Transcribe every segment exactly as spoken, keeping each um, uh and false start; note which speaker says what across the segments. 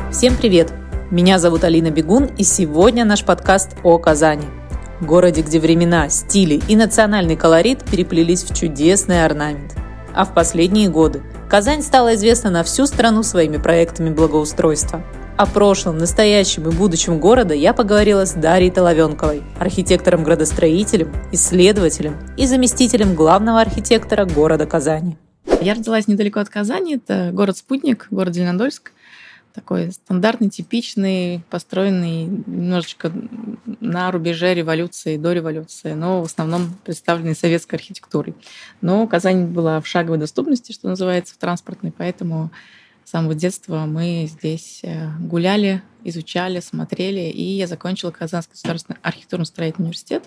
Speaker 1: Всем привет! Меня зовут Алина Бегун, и сегодня наш подкаст о Казани. Городе, где времена, стили и национальный колорит переплелись в чудесный орнамент. А в последние годы Казань стала известна на всю страну своими проектами благоустройства. О прошлом, настоящем и будущем города я поговорила с Дарьей Толовенковой, архитектором-градостроителем, исследователем и заместителем главного архитектора города Казани.
Speaker 2: Я родилась недалеко от Казани, это город-спутник, город Зеленодольск. Такой стандартный, типичный, построенный немножечко на рубеже революции, до революции, но в основном представленный советской архитектурой. Но Казань была в шаговой доступности, что называется, в транспортной, поэтому с самого детства мы здесь гуляли, изучали, смотрели, и я закончила Казанский государственный архитектурно-строительный университет.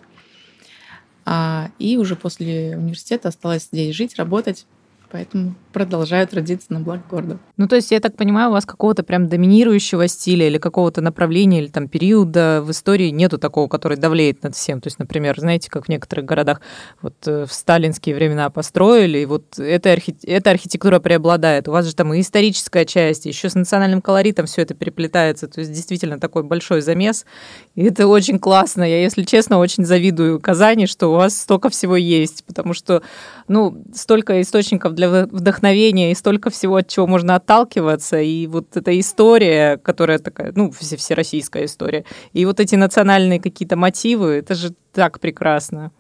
Speaker 2: И уже после университета осталась здесь жить, работать. Поэтому продолжаю трудиться на благо города.
Speaker 1: Ну, то есть, я так понимаю, у вас какого-то прям доминирующего стиля или какого-то направления или там периода в истории нету такого, который давлеет над всем. То есть, например, знаете, как в некоторых городах вот в сталинские времена построили, и вот эта, архи... эта архитектура преобладает. У вас же там и историческая часть, еще с национальным колоритом все это переплетается. То есть, действительно, такой большой замес. И это очень классно. Я, если честно, очень завидую Казани, что у вас столько всего есть, потому что, ну, столько источников для вдохновения и столько всего, от чего можно отталкиваться, и вот эта история, которая такая, ну, всероссийская история, и вот эти национальные какие-то мотивы, это же так прекрасно.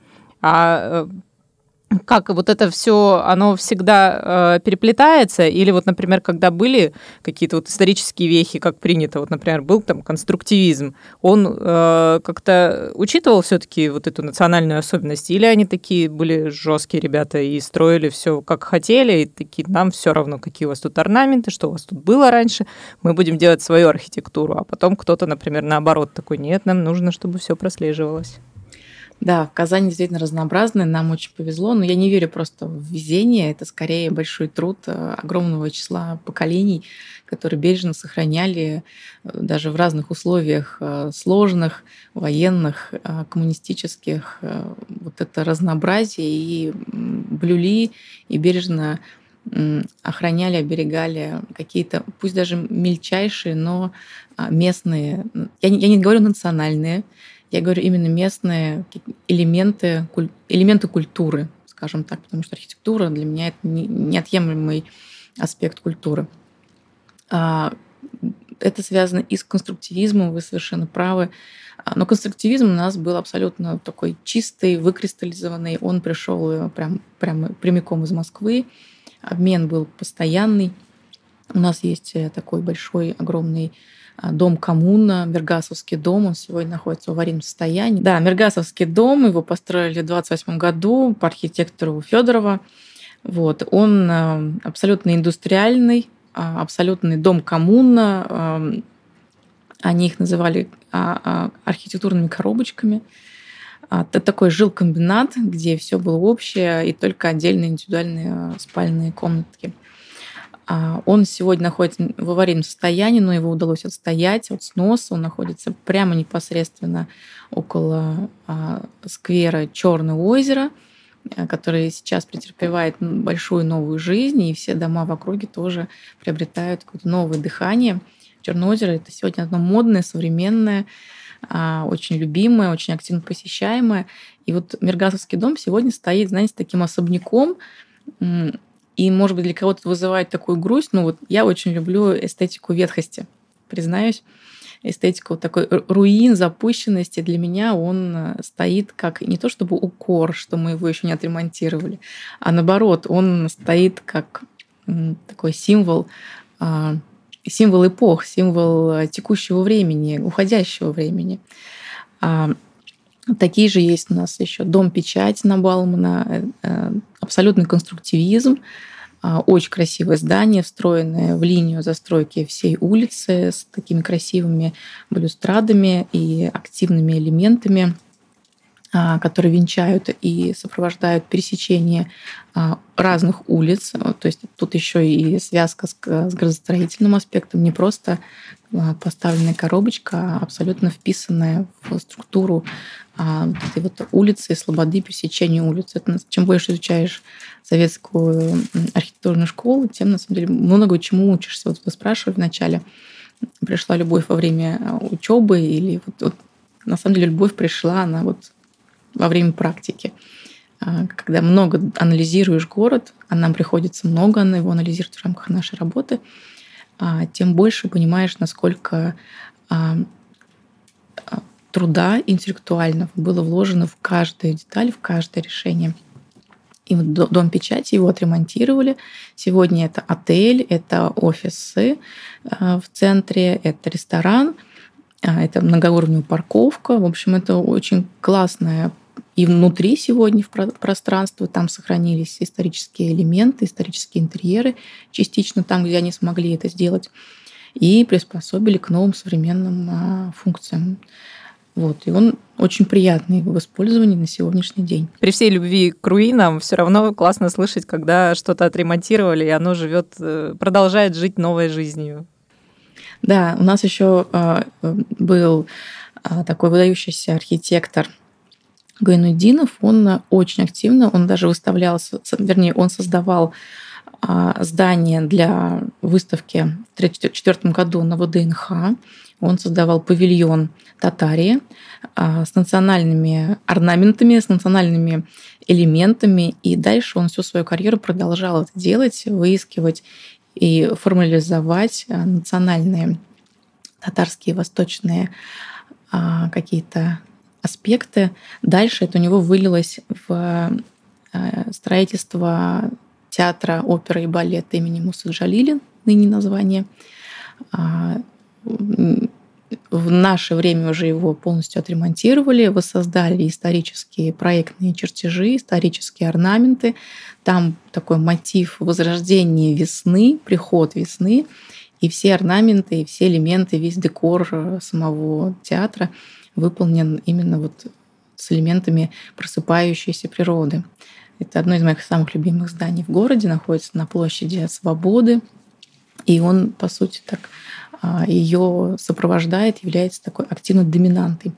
Speaker 1: А как вот это все, оно всегда э, переплетается, или вот, например, когда были какие-то вот исторические вехи, как принято, вот, например, был там конструктивизм, он э, как-то учитывал все-таки вот эту национальную особенность, или они такие были жесткие ребята и строили все как хотели, и такие, нам все равно, какие у вас тут орнаменты, что у вас тут было раньше, мы будем делать свою архитектуру, а потом кто-то, например, наоборот такой, нет, нам нужно, чтобы все прослеживалось.
Speaker 2: Да, в Казани действительно разнообразная, нам очень повезло, но я не верю просто в везение, это скорее большой труд огромного числа поколений, которые бережно сохраняли даже в разных условиях сложных, военных, коммунистических, вот это разнообразие и блюли, и бережно охраняли, оберегали какие-то, пусть даже мельчайшие, но местные, я не, я не говорю национальные, я говорю именно местные элементы, элементы культуры, скажем так, потому что архитектура для меня это неотъемлемый аспект культуры. Это связано и с конструктивизмом, вы совершенно правы. Но конструктивизм у нас был абсолютно такой чистый, выкристаллизованный. Он пришел прям, прям прямиком из Москвы. Обмен был постоянный. У нас есть такой большой, огромный дом коммуна, Мергасовский дом, он сегодня находится в аварийном состоянии. Да, Мергасовский дом, его построили в двадцать восьмом году по архитектору Федорова. Вот. Он абсолютно индустриальный, абсолютный дом коммуна. Они их называли архитектурными коробочками. Это такой жилкомбинат, где все было общее, и только отдельные индивидуальные спальные комнатки. Он сегодня находится в аварийном состоянии, но его удалось отстоять от сноса. Он находится прямо непосредственно около сквера Черное озеро, который сейчас претерпевает большую новую жизнь, и все дома в округе тоже приобретают какое-то новое дыхание. Черное озеро – это сегодня одно модное, современное, очень любимое, очень активно посещаемое. И вот Мергасовский дом сегодня стоит, знаете, таким особняком. И, может быть, для кого-то вызывает такую грусть, но вот я очень люблю эстетику ветхости, признаюсь. Эстетику вот такой руин, запущенности. Для меня он стоит как не то чтобы укор, что мы его еще не отремонтировали, а наоборот, он стоит как такой символ, символ эпох, символ текущего времени, уходящего времени. Такие же есть у нас еще дом печать на Баумана, абсолютный конструктивизм, очень красивое здание, встроенное в линию застройки всей улицы с такими красивыми балюстрадами и активными элементами, которые венчают и сопровождают пересечение разных улиц. То есть тут еще и связка с градостроительным аспектом, не просто поставленная коробочка, а абсолютно вписанная в структуру этой вот улицы, слободы, пересечения улиц. Это, чем больше изучаешь советскую архитектурную школу, тем, на самом деле, много чему учишься. Вот вы спрашивали вначале, пришла любовь во время учебы, или вот, вот, на самом деле любовь пришла она вот во время практики. Когда много анализируешь город, а нам приходится много его анализировать в рамках нашей работы, тем больше понимаешь, насколько труда интеллектуального было вложено в каждую деталь, в каждое решение. И вот дом печати, его отремонтировали. Сегодня это отель, это офисы в центре, это ресторан, это многоуровневая парковка. В общем, это очень классное. И внутри сегодня в пространстве там сохранились исторические элементы, исторические интерьеры, частично там, где они смогли это сделать, и приспособили к новым современным функциям. Вот. И он очень приятный в использовании на сегодняшний день.
Speaker 1: При всей любви к руинам все равно классно слышать, когда что-то отремонтировали, и оно живет, продолжает жить новой жизнью.
Speaker 2: Да, у нас еще был такой выдающийся архитектор Гайнутдинов. Он очень активно, он даже выставлялся, вернее, он создавал здание для выставки в тысяча девятьсот тридцать четвёртом году на вэ дэ эн ха. Он создавал павильон Татарии с национальными орнаментами, с национальными элементами. И дальше он всю свою карьеру продолжал это делать, выискивать и формализовать национальные татарские, восточные какие-то аспекты. Дальше это у него вылилось в строительство театра оперы и балета имени Мусы Джалили, ныне название. В наше время уже его полностью отремонтировали, воссоздали исторические проектные чертежи, исторические орнаменты. Там такой мотив возрождения весны, приход весны. И все орнаменты, и все элементы, весь декор самого театра выполнен именно вот с элементами просыпающейся природы. Это одно из моих самых любимых зданий в городе, находится на площади Свободы. И он, по сути, так ее сопровождает, является такой активной доминантой.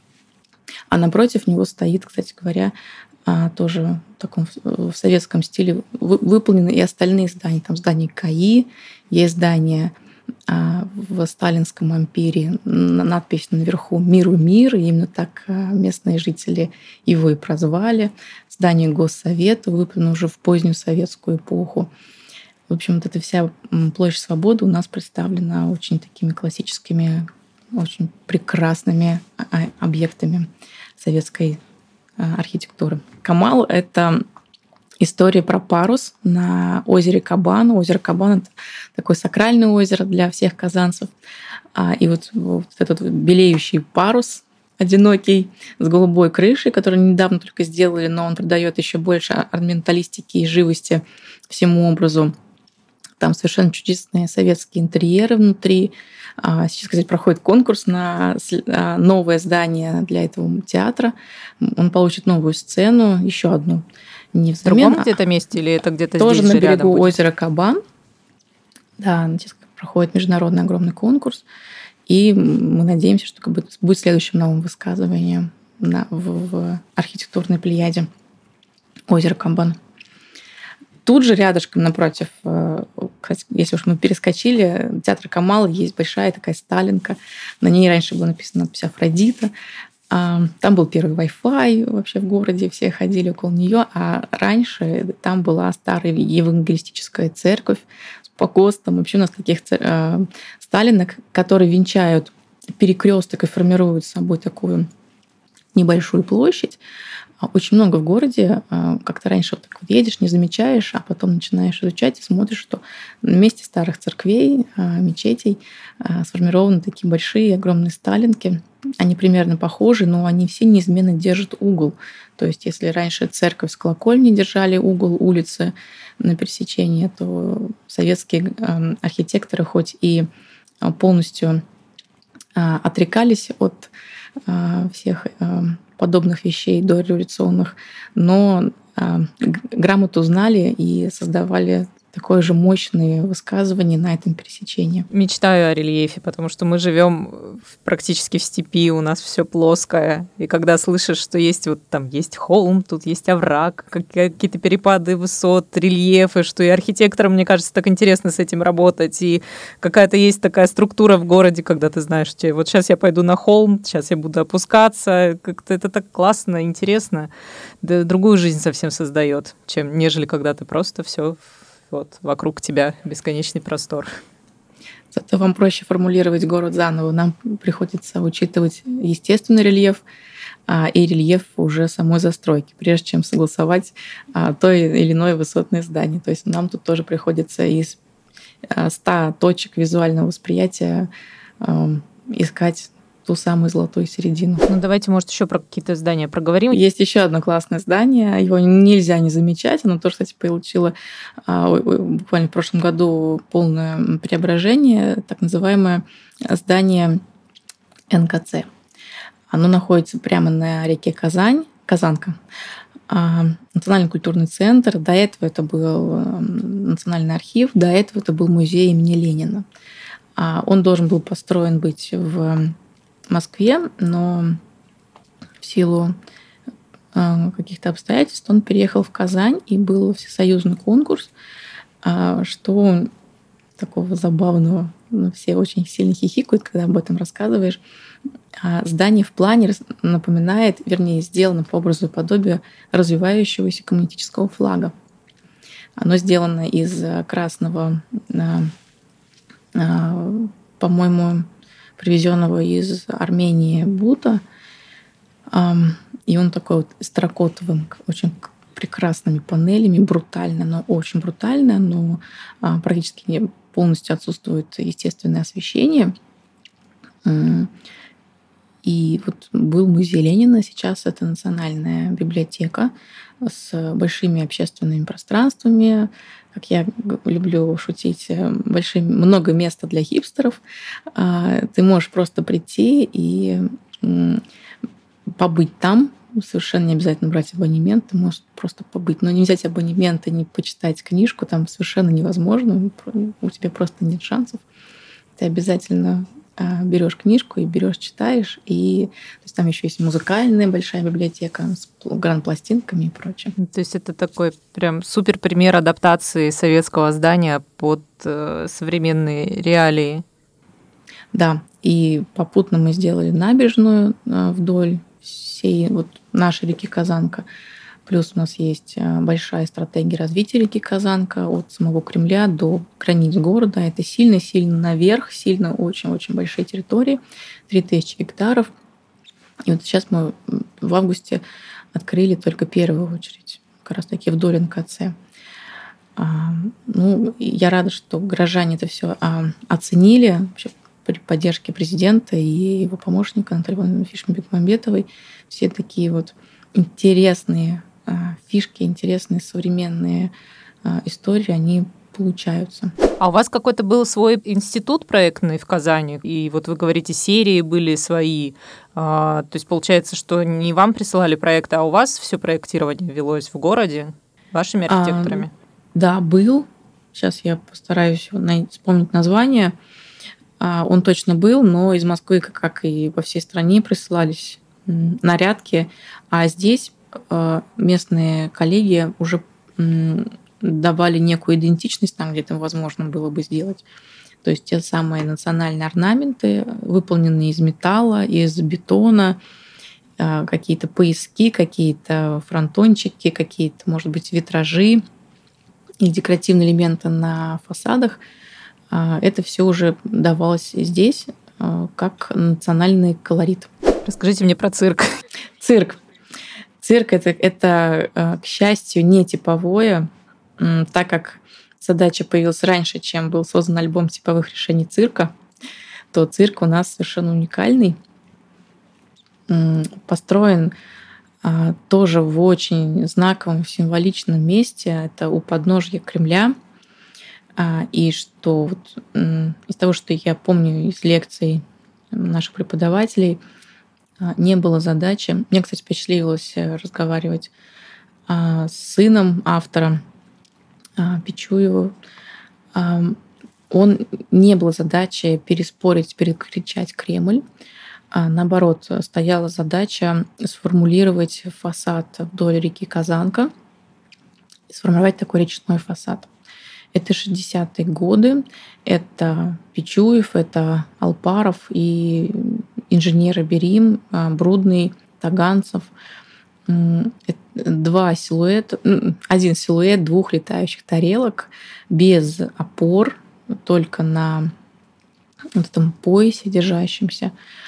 Speaker 2: А напротив него стоит, кстати говоря, тоже в таком в советском стиле выполнены и остальные здания. Там здание КАИ, есть здание в сталинском ампире, надпись наверху «Миру мир», и именно так местные жители его и прозвали. Здание Госсовета выполнено уже в позднюю советскую эпоху. В общем, вот эта вся площадь Свободы у нас представлена очень такими классическими, очень прекрасными объектами советской архитектуры. Камал — это история про парус на озере Кабан. Озеро Кабан — это такое сакральное озеро для всех казанцев. И вот, вот этот белеющий парус одинокий с голубой крышей, который недавно только сделали, но он придает еще больше орнаменталистики и живости всему образу. Там совершенно чудесные советские интерьеры внутри. Сейчас, кстати, проходит конкурс на новое здание для этого театра. Он получит новую сцену, еще одну. Не
Speaker 1: в другом где-то месте или это где-то
Speaker 2: тоже
Speaker 1: здесь
Speaker 2: на
Speaker 1: же
Speaker 2: берегу
Speaker 1: будет?
Speaker 2: Озера Кабан. Да, сейчас проходит международный огромный конкурс. И мы надеемся, что будет следующим новым высказыванием на, в, в архитектурной плеяде озера Кабан. Тут же рядышком напротив, если уж мы перескочили, театр Камал, есть большая такая сталинка. На ней раньше была написана надпись «Афродита». Там был первый Wi-Fi вообще в городе, все ходили около нее. А раньше там была старая евангелистическая церковь с погостом. Вообще у нас таких сталинок, которые венчают перекресток и формируют собой такую небольшую площадь. Очень много в городе. Как-то раньше вот так вот едешь, не замечаешь, а потом начинаешь изучать и смотришь, что на месте старых церквей, мечетей сформированы такие большие, огромные сталинки. Они примерно похожи, но они все неизменно держат угол. То есть если раньше церковь с колокольней держали угол улицы на пересечении, то советские архитекторы хоть и полностью отрекались от всех подобных вещей дореволюционных, но грамоту знали и создавали такое же мощное высказывание на этом пересечении.
Speaker 1: Мечтаю о рельефе, потому что мы живем практически в степи, у нас все плоское. И когда слышишь, что есть вот там есть холм, тут есть овраг, какие-то перепады высот, рельефы, что и архитекторам, мне кажется, так интересно с этим работать. И какая-то есть такая структура в городе, когда ты знаешь, что вот сейчас я пойду на холм, сейчас я буду опускаться. Как-то это так классно, интересно. Да, другую жизнь совсем создает, чем нежели когда ты просто все вот вокруг тебя бесконечный простор.
Speaker 2: Зато вам проще формулировать город заново. Нам приходится учитывать естественный рельеф а, и рельеф уже самой застройки, прежде чем согласовать а, то или иное высотное здание. То есть нам тут тоже приходится из а, ста точек визуального восприятия а, искать ту самую золотую середину.
Speaker 1: Ну, давайте, может, еще про какие-то здания проговорим.
Speaker 2: Есть еще одно классное здание, его нельзя не замечать. Оно тоже, кстати, получило а, буквально в прошлом году полное преображение, так называемое здание эн ка цэ. Оно находится прямо на реке Казань, Казанка. А, Национальный культурный центр. До этого это был Национальный архив, до этого это был музей имени Ленина. А, он должен был построен быть в Москве, но в силу каких-то обстоятельств он переехал в Казань, и был всесоюзный конкурс, что такого забавного, ну, все очень сильно хихикают, когда об этом рассказываешь. Здание в плане напоминает, вернее, сделано по образу и подобию развивающегося коммунистического флага. Оно сделано из красного, по-моему, привезенного из Армении бута. И он такой вот с терракотовым, очень прекрасными панелями, брутально, но очень брутально, но практически полностью отсутствует естественное освещение. И вот был музей Ленина, сейчас это национальная библиотека с большими общественными пространствами. Как я люблю шутить, большим, много места для хипстеров. Ты можешь просто прийти и побыть там. Совершенно не обязательно брать абонемент, ты можешь просто побыть. Но не взять абонемент и не почитать книжку там совершенно невозможно. У тебя просто нет шансов. Ты обязательно берешь книжку и берешь, читаешь. И то есть там еще есть музыкальная большая библиотека с гранд-пластинками и прочее.
Speaker 1: То есть это такой прям супер пример адаптации советского здания под э, современные реалии.
Speaker 2: Да, и попутно мы сделали набережную вдоль всей вот нашей реки Казанка. Плюс у нас есть большая стратегия развития реки Казанка от самого Кремля до границ города. Это сильно-сильно наверх, сильно очень-очень большие территории, три тысячи гектаров. И вот сейчас мы в августе открыли только первую очередь, как раз таки вдоль эн ка цэ. Ну, я рада, что горожане это все оценили, вообще при поддержке президента и его помощника Натальи Ивановны Фишмбек-Мамбетовой. Все такие вот интересные фишки, интересные современные истории, они получаются.
Speaker 1: А у вас какой-то был свой институт проектный в Казани, и вот вы говорите, серии были свои. То есть получается, что не вам присылали проекты, а у вас все проектирование велось в городе вашими архитекторами?
Speaker 2: А, да, был. Сейчас я постараюсь вспомнить название. Он точно был, но из Москвы, как и по всей стране, присылались нарядки. А здесь местные коллеги уже давали некую идентичность там, где это возможно было бы сделать. То есть те самые национальные орнаменты, выполненные из металла, из бетона, какие-то пояски, какие-то фронтончики, какие-то, может быть, витражи и декоративные элементы на фасадах. Это все уже давалось здесь как национальный колорит.
Speaker 1: Расскажите мне про цирк.
Speaker 2: Цирк. Цирк это, это, к счастью, не типовое, так как задача появилась раньше, чем был создан альбом типовых решений цирка, то цирк у нас совершенно уникальный. Построен тоже в очень знаковом, символичном месте. Это у подножья Кремля. И что вот из того, что я помню из лекций наших преподавателей, не было задачи. Мне, кстати, посчастливилось разговаривать с сыном автора. Пичуеву. Он не был задачей переспорить, перекричать Кремль, а наоборот, стояла задача сформулировать фасад вдоль реки Казанка, сформировать такой речной фасад. Это шестидесятые годы, это Пичуев, это Алпаров и инженеры Берим, Брудный, Таганцев. Два силуэта, один силуэт двух летающих тарелок без опор, только на вот этом поясе держащемся.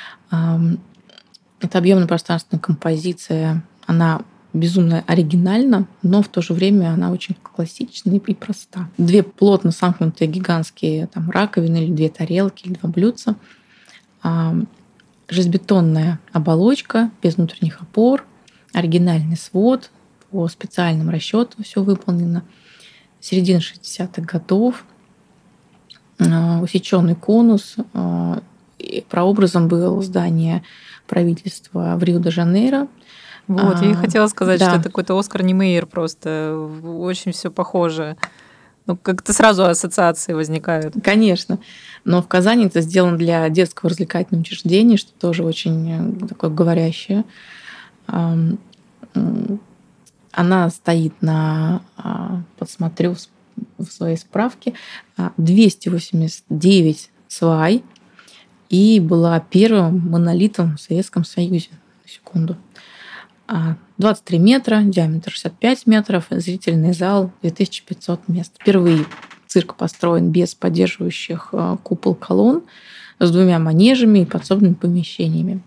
Speaker 2: Это объемно-пространственная композиция, она безумно оригинальна, но в то же время она очень классичная и проста. Две плотно сомкнутые гигантские там, раковины или две тарелки, или два блюдца. Железобетонная оболочка без внутренних опор, оригинальный свод, по специальным расчетам все выполнено. Середина шестидесятых годов, усеченный конус. Прообразом было здание правительства в Рио-де-Жанейро.
Speaker 1: Вот, я и хотела сказать,
Speaker 2: да.
Speaker 1: что это какой-то Оскар Немейер просто. Очень все похоже. Ну, как-то сразу ассоциации возникают.
Speaker 2: Конечно. Но в Казани это сделано для детского развлекательного учреждения, что тоже очень такое говорящее. Она стоит на, подсмотрю в своей справке, двести восемьдесят девять свай и была первым монолитом в Советском Союзе. На секунду. двадцать три метра, диаметр шестьдесят пять метров, зрительный зал две тысячи пятьсот мест. Впервые цирк построен без поддерживающих купол колонн, с двумя манежами и подсобными помещениями.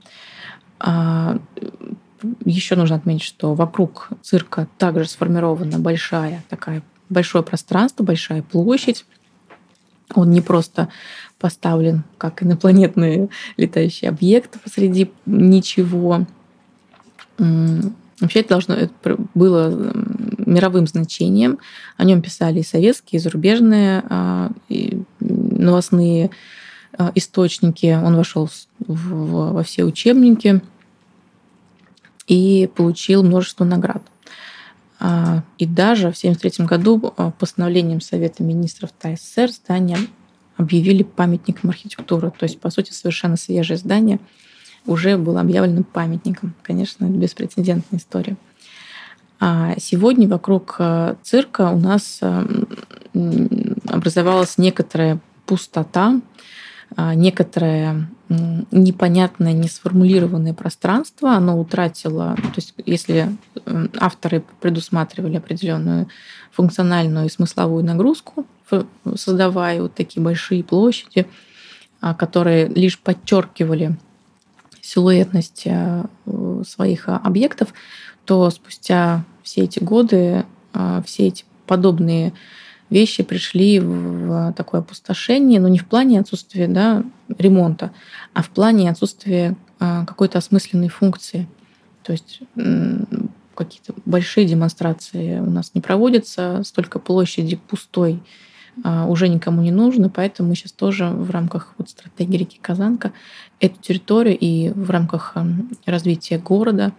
Speaker 2: Еще нужно отметить, что вокруг цирка также сформирована большая такая, большое пространство, большая площадь. Он не просто поставлен как инопланетный летающий объект посреди ничего. Вообще это, должно, это было мировым значением. О нем писали и советские, и зарубежные и новостные источники. Он вошел во все учебники и получил множество наград. И даже в тысяча девятьсот семьдесят третьем году постановлением Совета министров ТАССР здание объявили памятником архитектуры. То есть, по сути, совершенно свежее здание уже было объявлено памятником. Конечно, это беспрецедентная история. А сегодня вокруг цирка у нас образовалась некоторая пустота, некоторое непонятное, несформулированное пространство. Оно утратило, то есть если авторы предусматривали определенную функциональную и смысловую нагрузку, создавая вот такие большие площади, которые лишь подчеркивали силуэтность своих объектов, то спустя все эти годы все эти подобные вещи пришли в такое опустошение, но не в плане отсутствия, да, ремонта, а в плане отсутствия какой-то осмысленной функции. То есть какие-то большие демонстрации у нас не проводятся, столько площади пустой уже никому не нужно, поэтому мы сейчас тоже в рамках вот стратегии реки Казанка эту территорию и в рамках развития города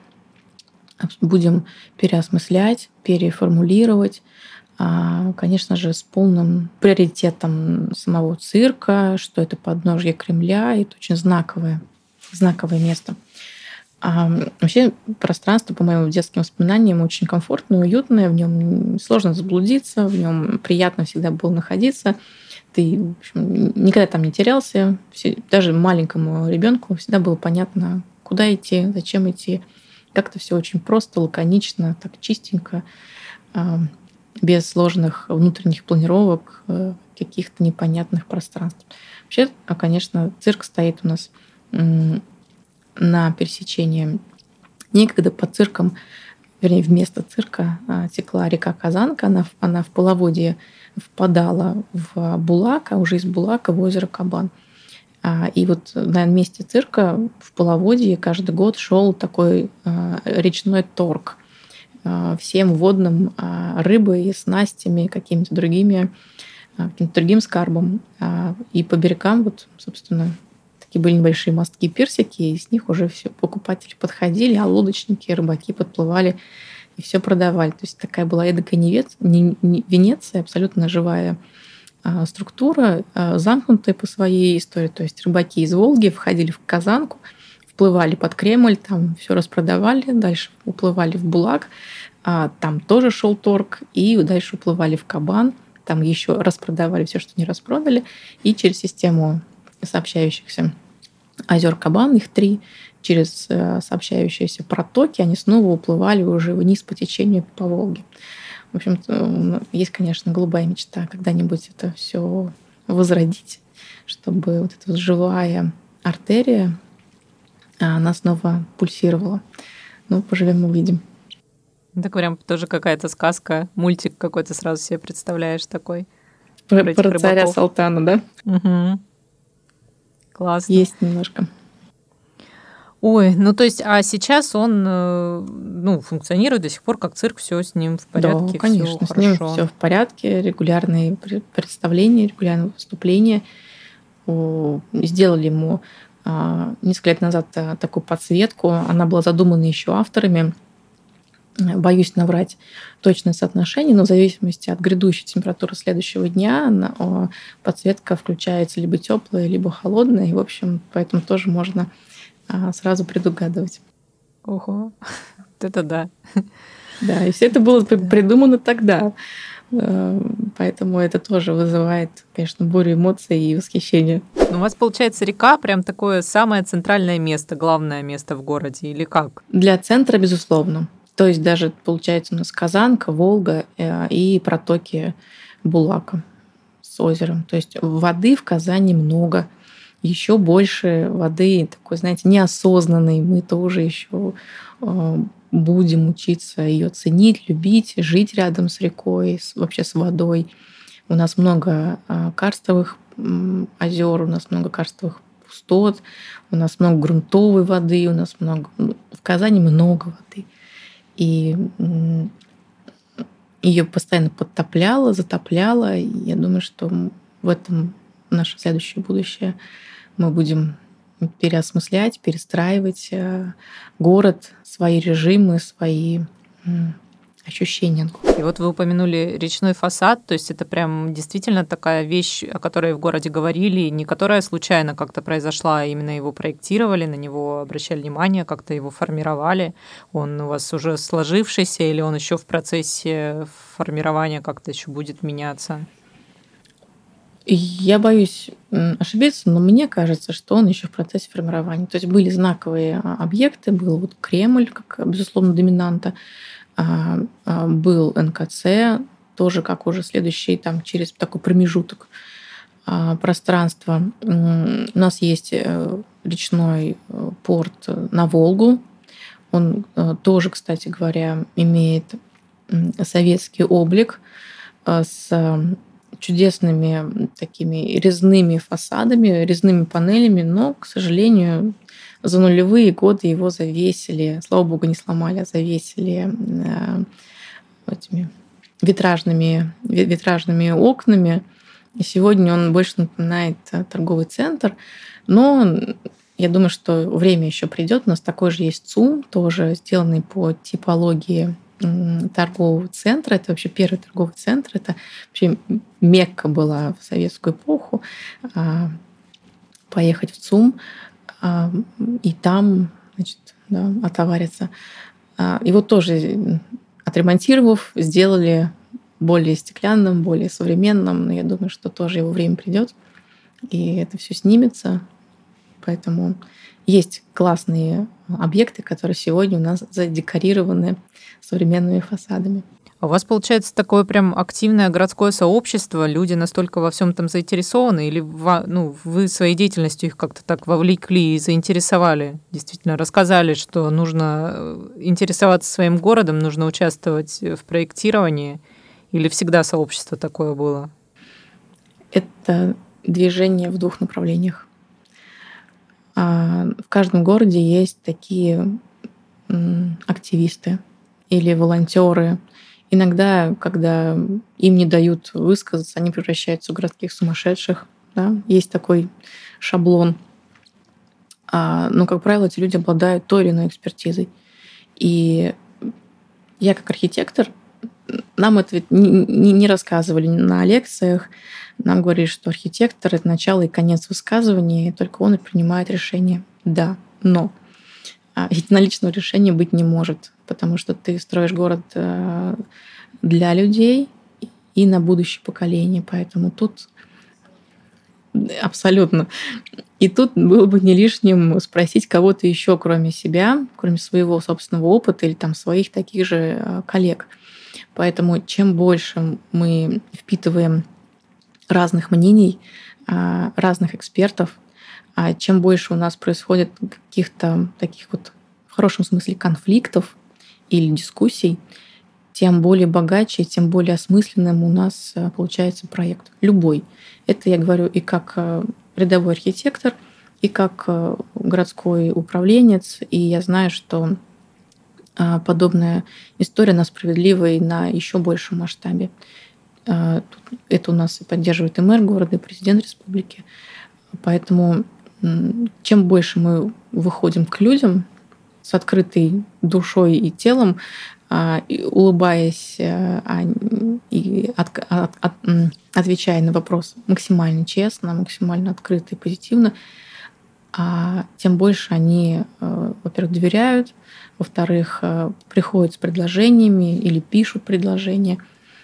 Speaker 2: будем переосмыслять, переформулировать, конечно же, с полным приоритетом самого цирка, что это подножье Кремля, и это очень знаковое, знаковое место. А вообще пространство, по моим детским воспоминаниям, очень комфортное, уютное, в нем сложно заблудиться, в нем приятно всегда было находиться. Ты, в общем, никогда там не терялся. Даже маленькому ребенку всегда было понятно, куда идти, зачем идти. Как-то все очень просто, лаконично, так чистенько, без сложных внутренних планировок, каких-то непонятных пространств. Вообще, конечно, цирк стоит у нас на пересечении. Некогда под цирком, вернее, вместо цирка текла река Казанка. Она, она в половодье впадала в Булак, а уже из Булака в озеро Кабан. И вот на месте цирка в половодье каждый год шел такой речной торг всем водным рыбой, снастями, какими-то другими, каким-то другим скарбом. И по берегам, вот, собственно, такие были небольшие мостки, пирсики, и с них уже все покупатели подходили, а лодочники, рыбаки подплывали и все продавали. То есть такая была эдакая невец- не- не- Венеция, абсолютно живая а, структура, а, замкнутая по своей истории. То есть рыбаки из Волги входили в Казанку, вплывали под Кремль, там все распродавали, дальше уплывали в Булак, а, там тоже шел торг, и дальше уплывали в Кабан, там еще распродавали все, что не распродали, и через систему сообщающихся озер Кабан, их три, через э, сообщающиеся протоки, они снова уплывали уже вниз по течению по Волге. В общем-то, есть, конечно, голубая мечта когда-нибудь это все возродить, чтобы вот эта вот живая артерия, а, она снова пульсировала. Ну, поживем, увидим.
Speaker 1: Так прям тоже какая-то сказка, мультик какой-то сразу себе представляешь такой.
Speaker 2: Про,
Speaker 1: Про этих
Speaker 2: про царя
Speaker 1: рыбаков.
Speaker 2: Салтана, да?
Speaker 1: Угу. Классно.
Speaker 2: Есть немножко.
Speaker 1: Ой, ну то есть, а сейчас он э, ну, функционирует до сих пор как цирк, все с ним в порядке,
Speaker 2: Да, конечно,
Speaker 1: все
Speaker 2: с ним
Speaker 1: хорошо.
Speaker 2: все в порядке, регулярные пре- представления, регулярные выступления. О, Сделали ему а, несколько лет назад а, такую подсветку. Она была задумана еще авторами. Боюсь наврать точное соотношение, но в зависимости от грядущей температуры следующего дня она, о, подсветка включается либо теплая, либо холодная. И, в общем, поэтому тоже можно а, сразу предугадывать.
Speaker 1: Ого, это да.
Speaker 2: Да, и все это было при-
Speaker 1: Да.
Speaker 2: придумано тогда. Э, Поэтому это тоже вызывает, конечно, бурю эмоций и восхищения.
Speaker 1: Ну, у вас, получается, река прям такое самое центральное место, главное место в городе, или как?
Speaker 2: Для центра, безусловно. То есть даже, получается, у нас Казанка, Волга э, и протоки Булака с озером. То есть воды в Казани много. Еще больше воды такой, знаете, неосознанной. Мы тоже еще э, будем учиться ее ценить, любить, жить рядом с рекой, с- вообще с водой. У нас много а, карстовых м, озер, у нас много карстовых пустот, у нас много грунтовой воды, у нас много... ну, В Казани много воды. И ее постоянно подтопляло, затопляло. И я думаю, что в этом наше следующее будущее. Мы будем переосмыслять, перестраивать э, город, свои режимы, свои м, ощущения.
Speaker 1: И вот вы упомянули речной фасад, то есть это прям действительно такая вещь, о которой в городе говорили, не которая случайно как-то произошла, а именно его проектировали, на него обращали внимание, как-то его формировали. Он у вас уже сложившийся или он еще в процессе формирования как-то еще будет меняться?
Speaker 2: Я боюсь м, ошибиться, но мне кажется, что он еще в процессе формирования. То есть были знаковые а, объекты, был вот Кремль, как, безусловно, доминанта, а, а, был эн ка цэ, тоже как уже следующий, там, через такой промежуток а, пространства. М, У нас есть э, речной э, порт на Волгу. Он э, тоже, кстати говоря, имеет м, советский облик э, с чудесными такими резными фасадами, резными панелями, но, к сожалению, за нулевые годы его завесили, слава богу, не сломали, а завесили э, этими витражными, ви- витражными окнами. И сегодня он больше напоминает э, торговый центр, но я думаю, что время еще придет. У нас такой же есть ЦУМ, тоже сделанный по типологии м, торгового центра. Это вообще первый торговый центр. Это вообще Мекка была в советскую эпоху. А, Поехать в ЦУМ а, и там, значит, да, отовариться. А, Его тоже отремонтировав, сделали более стеклянным, более современным. Но я думаю, что тоже его время придет, и это все снимется. Поэтому есть классные объекты, которые сегодня у нас задекорированы современными фасадами.
Speaker 1: А у вас получается такое прям активное городское сообщество, люди настолько во всем этом заинтересованы, или ва- ну, вы своей деятельностью их как-то так вовлекли и заинтересовали, действительно рассказали, что нужно э, интересоваться своим городом, нужно участвовать в проектировании, или всегда сообщество такое было?
Speaker 2: Это движение в двух направлениях. А, В каждом городе есть такие м, активисты или волонтеры. Иногда, когда им не дают высказаться, они превращаются в городских сумасшедших. Да? Есть такой шаблон. А, Но, как правило, эти люди обладают той или иной экспертизой. И Я как архитектор, нам это ведь не, не, не рассказывали на лекциях. Нам говорили, что архитектор — это начало и конец высказывания, и только он и принимает решение. Да, но единоличного решения быть не может, потому что ты строишь город для людей и на будущее поколение. Поэтому тут абсолютно. И тут было бы не лишним спросить кого-то еще, кроме себя, кроме своего собственного опыта или там своих таких же коллег. Поэтому чем больше мы впитываем разных мнений, разных экспертов, чем больше у нас происходит каких-то таких вот в хорошем смысле конфликтов или дискуссий, тем более богаче, тем более осмысленным у нас получается проект. Любой. Это я говорю и как рядовой архитектор, и как городской управленец. И я знаю, что подобная история, она справедлива и на еще большем масштабе. Это у нас и поддерживает и мэр города, и президент республики. Поэтому чем больше мы выходим к людям с открытой душой и телом, и улыбаясь и от, от, от, отвечая на вопрос максимально честно, максимально открыто и позитивно, тем больше они, во-первых, доверяют, во-вторых, приходят с предложениями или пишут предложения,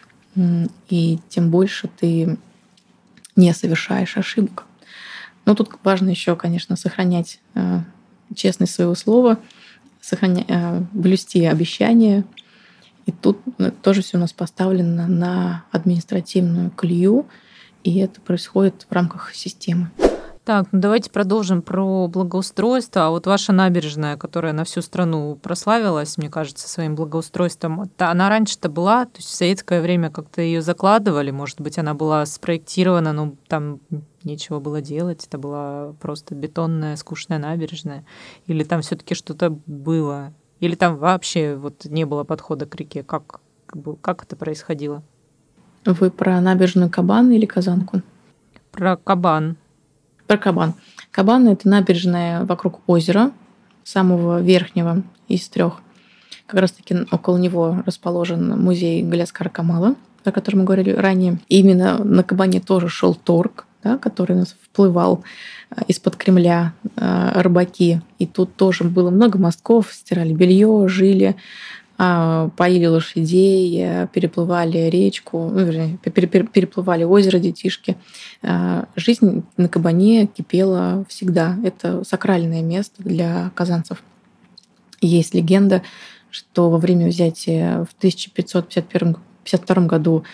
Speaker 2: и тем больше ты не совершаешь ошибок. Но тут важно еще, конечно, сохранять честность своего слова, сохранять, блюсти обещания. И тут тоже все у нас поставлено на административную колею, и это происходит в рамках системы.
Speaker 1: Так, ну давайте продолжим про благоустройство. А вот ваша набережная, которая на всю страну прославилась, мне кажется, своим благоустройством, она раньше-то была, то есть в советское время как-то ее закладывали, может быть, она была спроектирована, но там нечего было делать, это была просто бетонная, скучная набережная, или там все-таки что-то было, или там вообще вот не было подхода к реке, как, как это происходило?
Speaker 2: Вы про набережную Кабан или Казанку?
Speaker 1: Про Кабан.
Speaker 2: Про Кабан. Кабан — это набережная вокруг озера, самого верхнего из трех. Как раз-таки около него расположен музей Галяскара Камала, о котором мы говорили ранее. И именно на Кабане тоже шел торг, да, который у нас вплывал из-под Кремля, рыбаки. И тут тоже было много мостков, стирали белье, жили, поили лошадей, переплывали речку, ну, вернее, переплывали озеро детишки. Жизнь на Кабане кипела всегда. Это сакральное место для казанцев. Есть легенда, что во время взятия в тысяча пятьсот пятьдесят втором году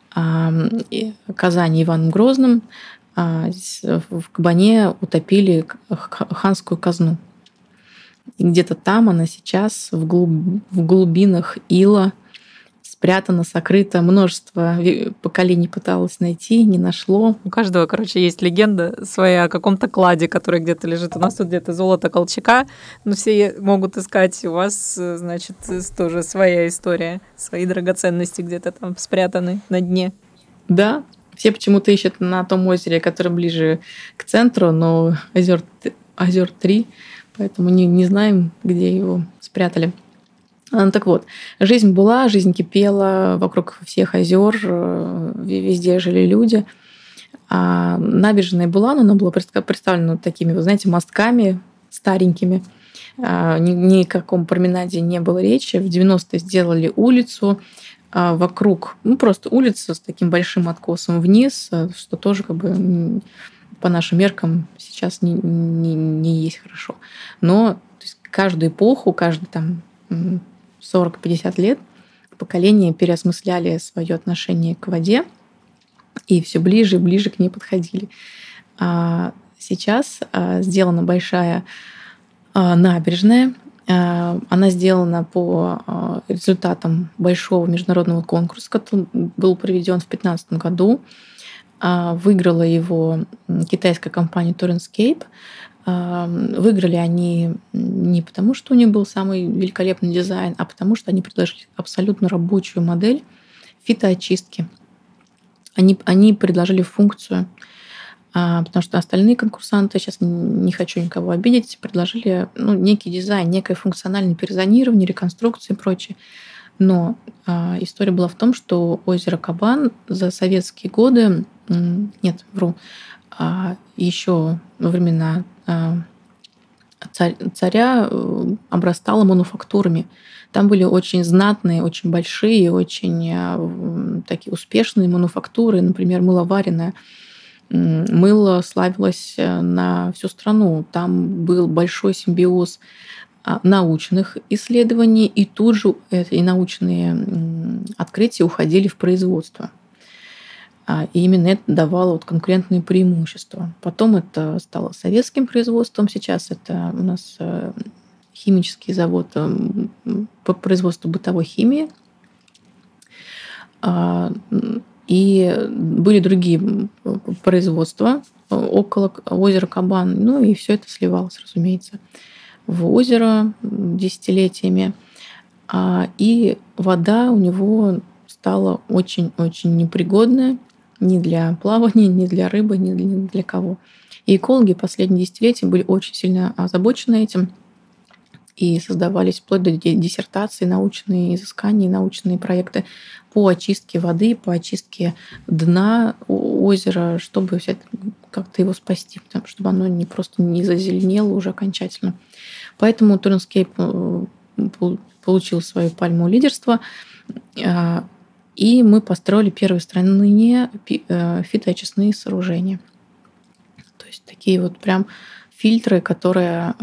Speaker 2: Казани Иваном Грозным в Кабане утопили ханскую казну. И где-то там она сейчас в, глуб... в глубинах ила спрятана, сокрыта. Множество поколений пыталось найти, не нашло.
Speaker 1: У каждого, короче, есть легенда своя о каком-то кладе, который где-то лежит. У нас тут где-то золото Колчака, но все могут искать. У вас, значит, тоже своя история, свои драгоценности где-то там спрятаны на дне.
Speaker 2: Да, все почему-то ищут на том озере, которое ближе к центру, но озер, озер три, поэтому не, не знаем, где его спрятали. Ну, так вот, жизнь была, жизнь кипела вокруг всех озер, везде жили люди. А набережная была, но она была представлена такими, вы знаете, мостками старенькими. Ни, ни о каком променаде не было речи. В девяностые сделали улицу вокруг, ну просто улица с таким большим откосом вниз, что тоже как бы по нашим меркам сейчас не, не, не есть хорошо. Но то есть, каждую эпоху, каждый там сорок-пятьдесят лет поколения переосмысляли свое отношение к воде и все ближе и ближе к ней подходили. А сейчас сделана большая набережная. Она сделана по результатам большого международного конкурса, который был проведен в две тысячи пятнадцатом году. Выиграла его китайская компания Torrenscape. Выиграли они не потому, что у них был самый великолепный дизайн, а потому, что они предложили абсолютно рабочую модель фитоочистки. Они, они предложили функцию, потому что остальные конкурсанты, сейчас не хочу никого обидеть, предложили ну, некий дизайн, некое функциональное перезонирование, реконструкция и прочее. Но а, история была в том, что озеро Кабан за советские годы, нет, вру, а, еще во времена а, царь, царя обрастало мануфактурами. Там были очень знатные, очень большие, очень а, такие успешные мануфактуры, например, мыловаренная. Мыло славилось на всю страну. Там был большой симбиоз научных исследований, и тут же эти научные открытия уходили в производство. И именно это давало вот конкурентные преимущества. Потом это стало советским производством. Сейчас это у нас химический завод по производству бытовой химии. И были другие производства около озера Кабан. Ну и все это сливалось, разумеется, в озеро десятилетиями. И вода у него стала очень-очень непригодная ни для плавания, ни для рыбы, ни для, ни для кого. И экологи последние десятилетия были очень сильно озабочены этим. И создавались вплоть до диссертаций, научные изыскания, научные проекты по очистке воды, по очистке дна озера, чтобы как-то его спасти, чтобы оно не просто не зазеленело уже окончательно. Поэтому Turnscape получил свою пальму лидерства, и мы построили первые в стране фитоочистные сооружения. То есть такие вот прям фильтры, которые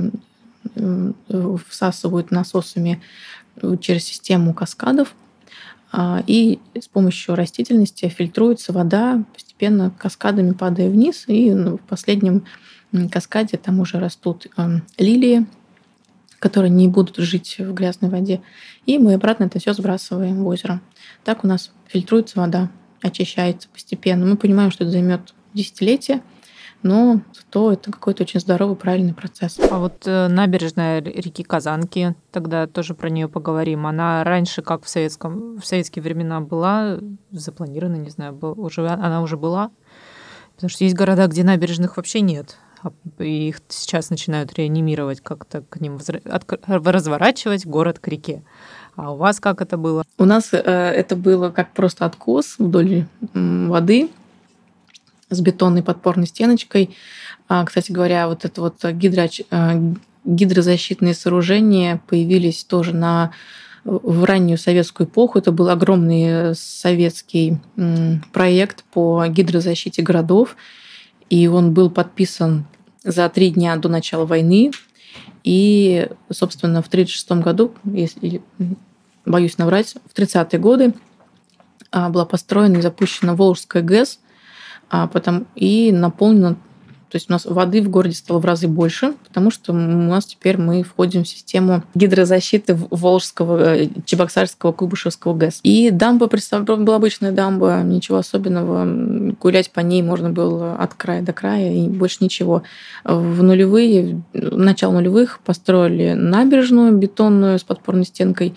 Speaker 2: всасывают насосами через систему каскадов, и с помощью растительности фильтруется вода, постепенно каскадами падая вниз, и в последнем каскаде там уже растут лилии, которые не будут жить в грязной воде, и мы обратно это все сбрасываем в озеро. Так у нас фильтруется вода, очищается постепенно. Мы понимаем, что это займет десятилетия, но зато это какой-то очень здоровый, правильный процесс.
Speaker 1: А вот э, набережная реки Казанки, тогда тоже про нее поговорим. Она раньше, как в, советском, в советские времена была запланирована, не знаю, был, уже, она уже была? Потому что есть города, где набережных вообще нет, и их сейчас начинают реанимировать, как-то к ним возра... от... разворачивать город к реке. А у вас как это было?
Speaker 2: У нас э, это было как просто откос вдоль м, воды, с бетонной подпорной стеночкой. Кстати говоря, вот это вот гидро... гидрозащитные сооружения появились тоже на... в раннюю советскую эпоху. Это был огромный советский проект по гидрозащите городов, и он был подписан за три дня до начала войны. И, собственно, в тридцать шестом году, если боюсь наврать, в тридцатые годы была построена и запущена Волжская ГЭС, А потом, и наполнено, то есть у нас воды в городе стало в разы больше, потому что у нас теперь мы входим в систему гидрозащиты Волжского, Чебоксарского, Куйбышевского ГЭС. И дамба была обычная дамба, ничего особенного, гулять по ней можно было от края до края и больше ничего. В нулевые, начало нулевых построили набережную бетонную с подпорной стенкой,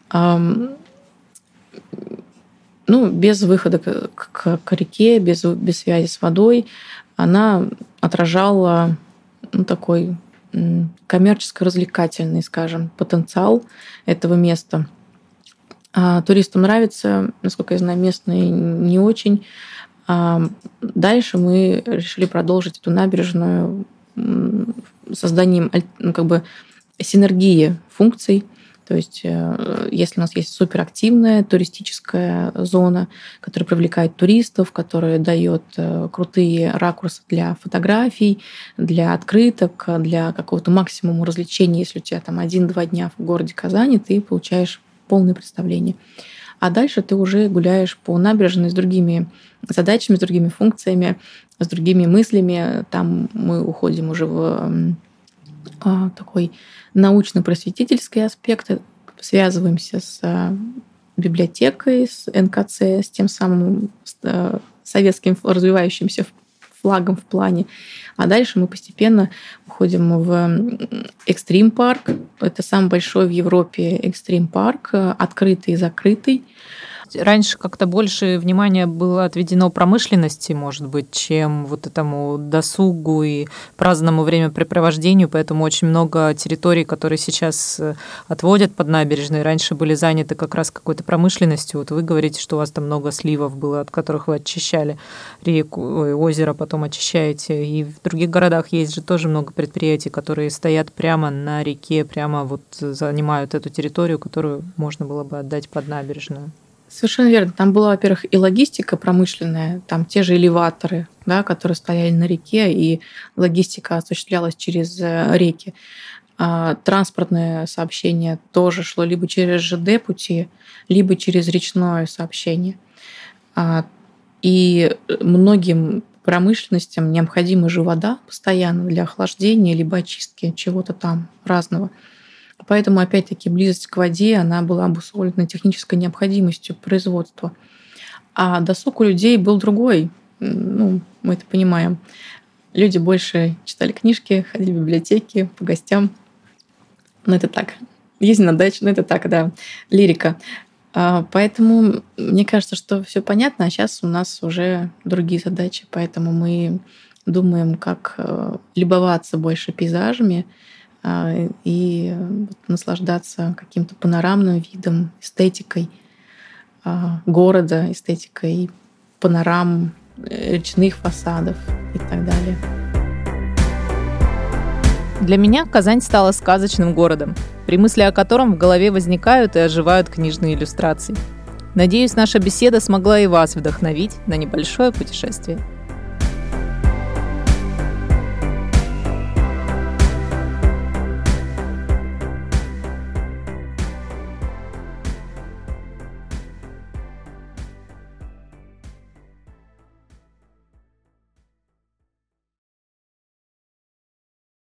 Speaker 2: ну, без выхода к, к, к реке, без, без связи с водой. Она отражала ну, такой коммерческо-развлекательный, скажем, потенциал этого места. А туристам нравится, насколько я знаю, местные не очень. А дальше мы решили продолжить эту набережную созданием ну, как бы синергии функций. То есть, если у нас есть суперактивная туристическая зона, которая привлекает туристов, которая дает крутые ракурсы для фотографий, для открыток, для какого-то максимума развлечений, если у тебя там один-два дня в городе Казани, ты получаешь полное представление. А дальше ты уже гуляешь по набережной с другими задачами, с другими функциями, с другими мыслями. Там мы уходим уже в такой научно-просветительский аспект, связываемся с библиотекой, с эн ка цэ, с тем самым советским развивающимся флагом в плане. А дальше мы постепенно уходим в экстрим-парк. Это самый большой в Европе экстрим-парк, открытый и закрытый.
Speaker 1: Раньше как-то больше внимания было отведено промышленности, может быть, чем вот этому досугу и праздному времяпрепровождению, поэтому очень много территорий, которые сейчас отводят под набережные, раньше были заняты как раз какой-то промышленностью. Вот вы говорите, что у вас там много сливов было, от которых вы очищали реку, ой, озеро, потом очищаете. И в других городах есть же тоже много предприятий, которые стоят прямо на реке, прямо вот занимают эту территорию, которую можно было бы отдать под набережную.
Speaker 2: Совершенно верно. Там была, во-первых, и логистика промышленная, там те же элеваторы, да, которые стояли на реке, и логистика осуществлялась через реки. А транспортное сообщение тоже шло либо через ЖД пути, либо через речное сообщение. И многим промышленностям необходима же вода постоянно для охлаждения либо очистки чего-то там разного. Поэтому, опять-таки, близость к воде, она была обусловлена технической необходимостью производства. А досуг у людей был другой. Ну, мы это понимаем. Люди больше читали книжки, ходили в библиотеки, по гостям. Ну, это так. Ездили на дачу, ну, это так, да. Лирика. Поэтому мне кажется, что все понятно, а сейчас у нас уже другие задачи. Поэтому мы думаем, как любоваться больше пейзажами, и наслаждаться каким-то панорамным видом, эстетикой города, эстетикой панорам, речных фасадов и так далее.
Speaker 1: Для меня Казань стала сказочным городом, при мысли о котором в голове возникают и оживают книжные иллюстрации. Надеюсь, наша беседа смогла и вас вдохновить на небольшое путешествие.